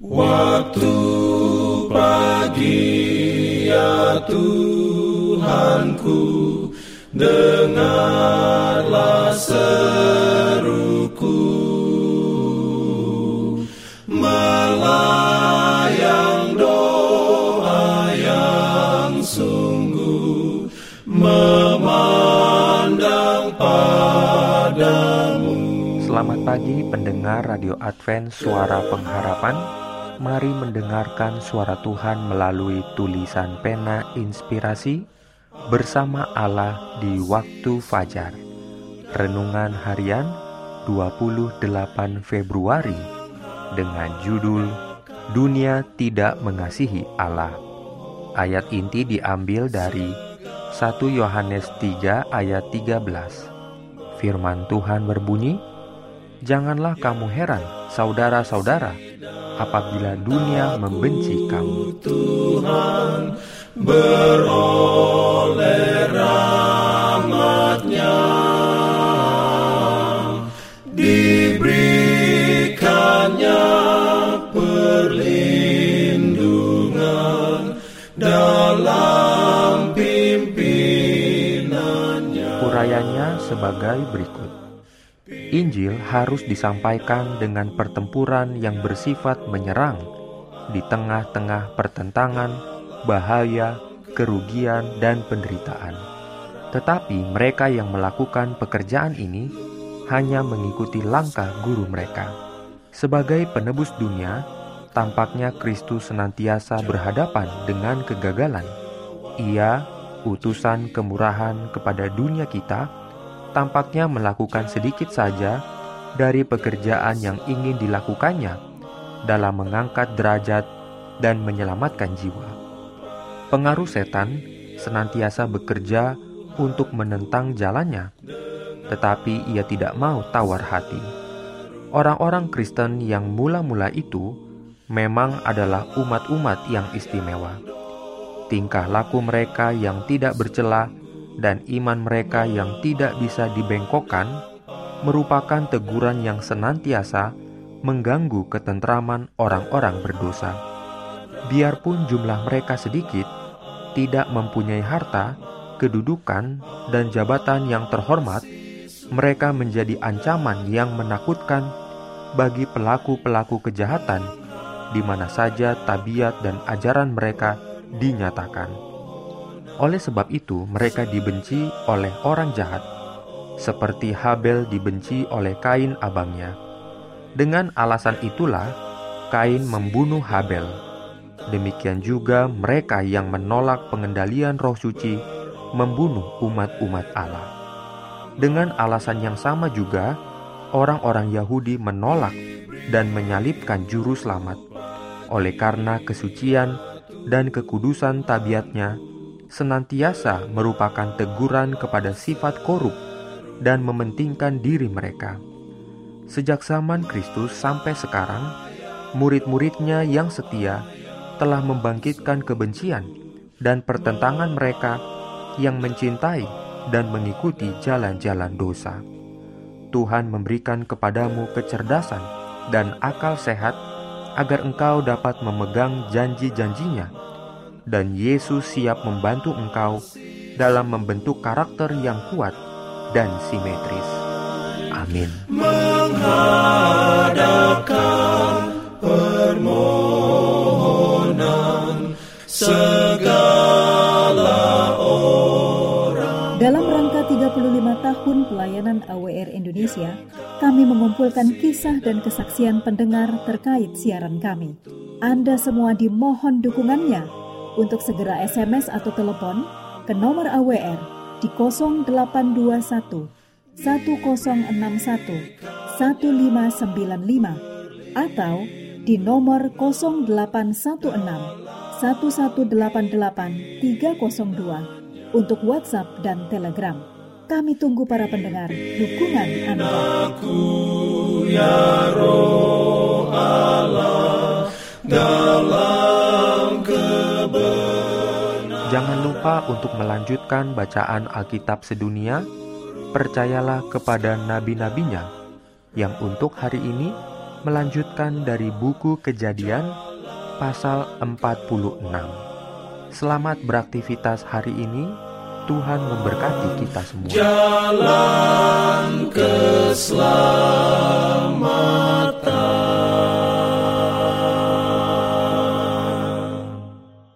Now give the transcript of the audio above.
Waktu pagi ya Tuhanku, dengarlah seruku, melayang doa yang sungguh, memandang padamu. Selamat pagi pendengar Radio Advent Suara Pengharapan. Mari mendengarkan suara Tuhan melalui tulisan pena inspirasi bersama Allah di waktu fajar. Renungan harian 28 Februari dengan judul Dunia Tidak Mengasihi Allah. Ayat inti diambil dari 1 Yohanes 3 ayat 13. Firman Tuhan berbunyi, "Janganlah kamu heran, saudara-saudara, apabila dunia membenci kamu." Tuhan beroleh rahmat-Nya, diberikannya perlindungan dalam pimpinannya. Urayanya sebagai berikut. Injil harus disampaikan dengan pertempuran yang bersifat menyerang di tengah-tengah pertentangan, bahaya, kerugian, dan penderitaan. Tetapi mereka yang melakukan pekerjaan ini hanya mengikuti langkah guru mereka. Sebagai penebus dunia, tampaknya Kristus senantiasa berhadapan dengan kegagalan. Ia, utusan kemurahan kepada dunia kita, tampaknya melakukan sedikit saja dari pekerjaan yang ingin dilakukannya dalam mengangkat derajat dan menyelamatkan jiwa. Pengaruh setan senantiasa bekerja untuk menentang jalannya, tetapi ia tidak mau tawar hati. Orang-orang Kristen yang mula-mula itu memang adalah umat-umat yang istimewa. Tingkah laku mereka yang tidak bercela dan iman mereka yang tidak bisa dibengkokkan merupakan teguran yang senantiasa mengganggu ketentraman orang-orang berdosa. Biarpun jumlah mereka sedikit, tidak mempunyai harta, kedudukan, dan jabatan yang terhormat, mereka menjadi ancaman yang menakutkan bagi pelaku-pelaku kejahatan di mana saja tabiat dan ajaran mereka dinyatakan. Oleh sebab itu, mereka dibenci oleh orang jahat, seperti Habel dibenci oleh Kain abangnya. Dengan alasan itulah, Kain membunuh Habel. Demikian juga mereka yang menolak pengendalian Roh Suci membunuh umat-umat Allah. Dengan alasan yang sama juga, orang-orang Yahudi menolak dan menyalibkan Juru Selamat. Oleh karena kesucian dan kekudusan tabiatnya, senantiasa merupakan teguran kepada sifat korup dan mementingkan diri mereka. Sejak zaman Kristus sampai sekarang, murid-muridnya yang setia telah membangkitkan kebencian dan pertentangan mereka yang mencintai dan mengikuti jalan-jalan dosa. Tuhan memberikan kepadamu kecerdasan dan akal sehat agar engkau dapat memegang janji-janjinya, dan Yesus siap membantu engkau dalam membentuk karakter yang kuat dan simetris. Amin. Menghadapkan permohonan segala orang. Dalam rangka 35 tahun pelayanan AWR Indonesia, kami mengumpulkan kisah dan kesaksian pendengar terkait siaran kami. Anda semua dimohon dukungannya untuk segera SMS atau telepon ke nomor AWR di 0821 1061 1595 atau di nomor 0816 1188 302 untuk WhatsApp dan Telegram. Kami tunggu para pendengar dukungan Anda. Aku ya Roh Allah dalam kebenaran. Jangan lupa untuk melanjutkan bacaan Alkitab sedunia. Percayalah kepada nabi-nabinya yang untuk hari ini melanjutkan dari buku Kejadian pasal 46. Selamat beraktivitas hari ini. Tuhan memberkati kita semua. Jalan keselamatan.